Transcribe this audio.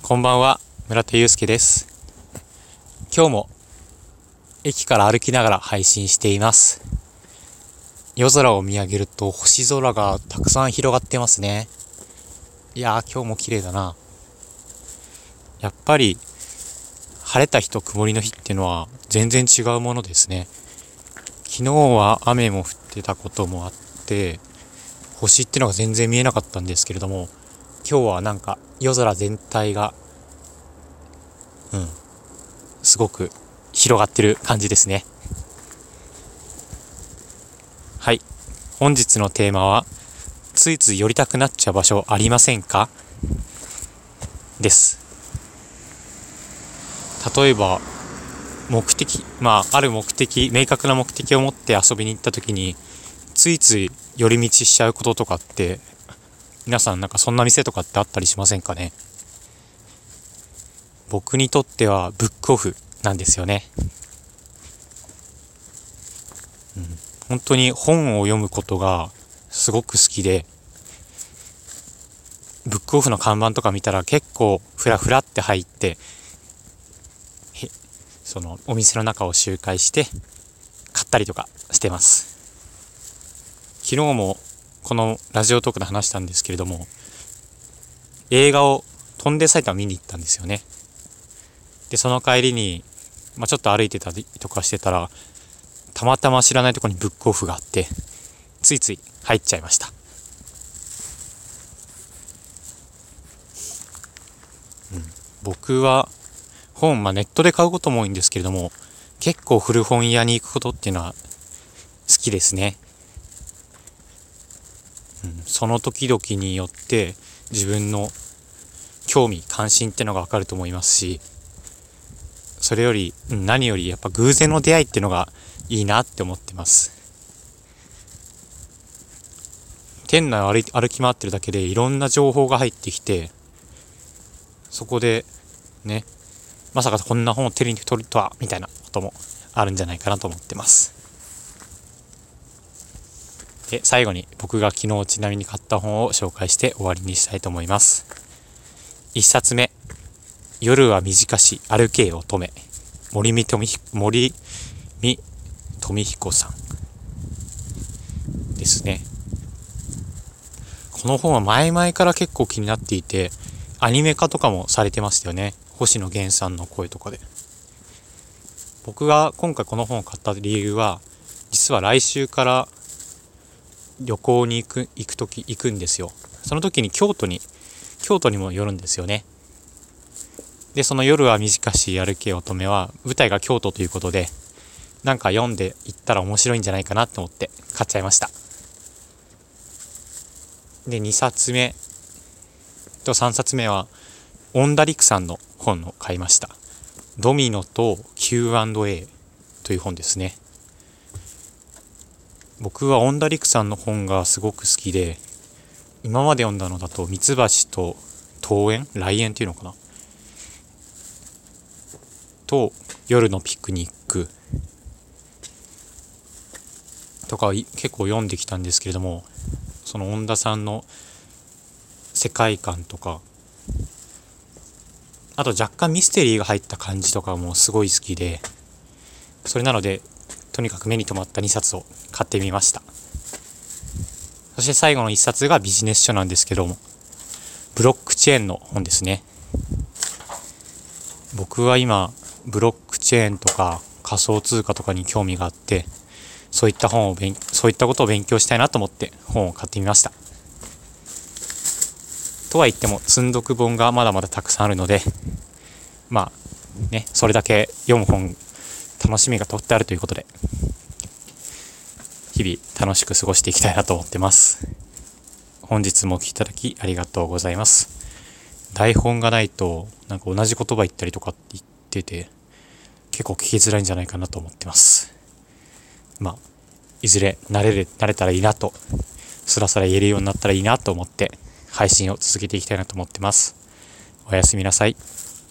こんばんは、村田祐介です。今日も駅から歩きながら配信しています。夜空を見上げると星空がたくさん広がってますね。いやー、今日も綺麗だな。やっぱり晴れた日と曇りの日っていうのは全然違うものですね。昨日は雨も降ってたこともあって、星っていうのが全然見えなかったんですけれども、今日はなんか夜空全体がすごく広がってる感じですね。はい、本日のテーマはついつい寄りたくなっちゃう場所ありませんかです。例えばある目的、明確な目的を持って遊びに行った時についつい寄り道しちゃうこととかって、皆さんなんかそんな店とかってあったりしませんかね。僕にとってはブックオフなんですよね。本当に本を読むことがすごく好きで、ブックオフの看板とか見たら結構フラフラって入って、そのお店の中を周回して買ったりとかしてます。昨日もこのラジオトークで話したんですけれども、映画を翔んで埼玉見に行ったんですよね。でその帰りに、ちょっと歩いてたりとかしてたら、たまたま知らないところにブックオフがあって、ついつい入っちゃいました。僕は本、ネットで買うことも多いんですけれども、結構古本屋に行くことっていうのは好きですね。その時々によって自分の興味関心っていうのが分かると思いますし、それより何よりやっぱ偶然の出会いっていうのがいいなって思ってます。店内を歩き回ってるだけでいろんな情報が入ってきて、そこでね、まさかこんな本を手に取るとはみたいなこともあるんじゃないかなと思ってます。で、最後に僕が昨日ちなみに買った本を紹介して終わりにしたいと思います。一冊目、夜は短し歩けよ乙女、森見富彦さんですね。この本は前々から結構気になっていて、アニメ化とかもされてましたよね。星野源さんの声とかで。僕が今回この本を買った理由は、実は来週から旅行に行くんですよ。その時に京都にも寄るんですよね。でその夜は短し歩け乙女は舞台が京都ということで、なんか読んでいったら面白いんじゃないかなと思って買っちゃいました。で2冊目と3冊目は恩田陸さんの本を買いました。ドミノと Q&A という本ですね。僕は恩田陸さんの本がすごく好きで、今まで読んだのだとミツバチと来園っていうのかなと夜のピクニックとか結構読んできたんですけれども、その恩田さんの世界観とか、あと若干ミステリーが入った感じとかもすごい好きで、それなのでとにかく目に留まった2冊を買ってみました。そして最後の1冊がビジネス書なんですけども、ブロックチェーンの本ですね。僕は今ブロックチェーンとか仮想通貨とかに興味があって、そういったことを勉強したいなと思って本を買ってみました。とは言っても積んどく本がまだまだたくさんあるので、それだけ読む本楽しみがとってあるということで、日々楽しく過ごしていきたいなと思ってます。本日もお聞きいただきありがとうございます。台本がないとなんか同じ言葉言ったりとかって言ってて、結構聞きづらいんじゃないかなと思ってます。いずれ慣れたらいいなと、スラスラ言えるようになったらいいなと思って配信を続けていきたいなと思ってます。おやすみなさい。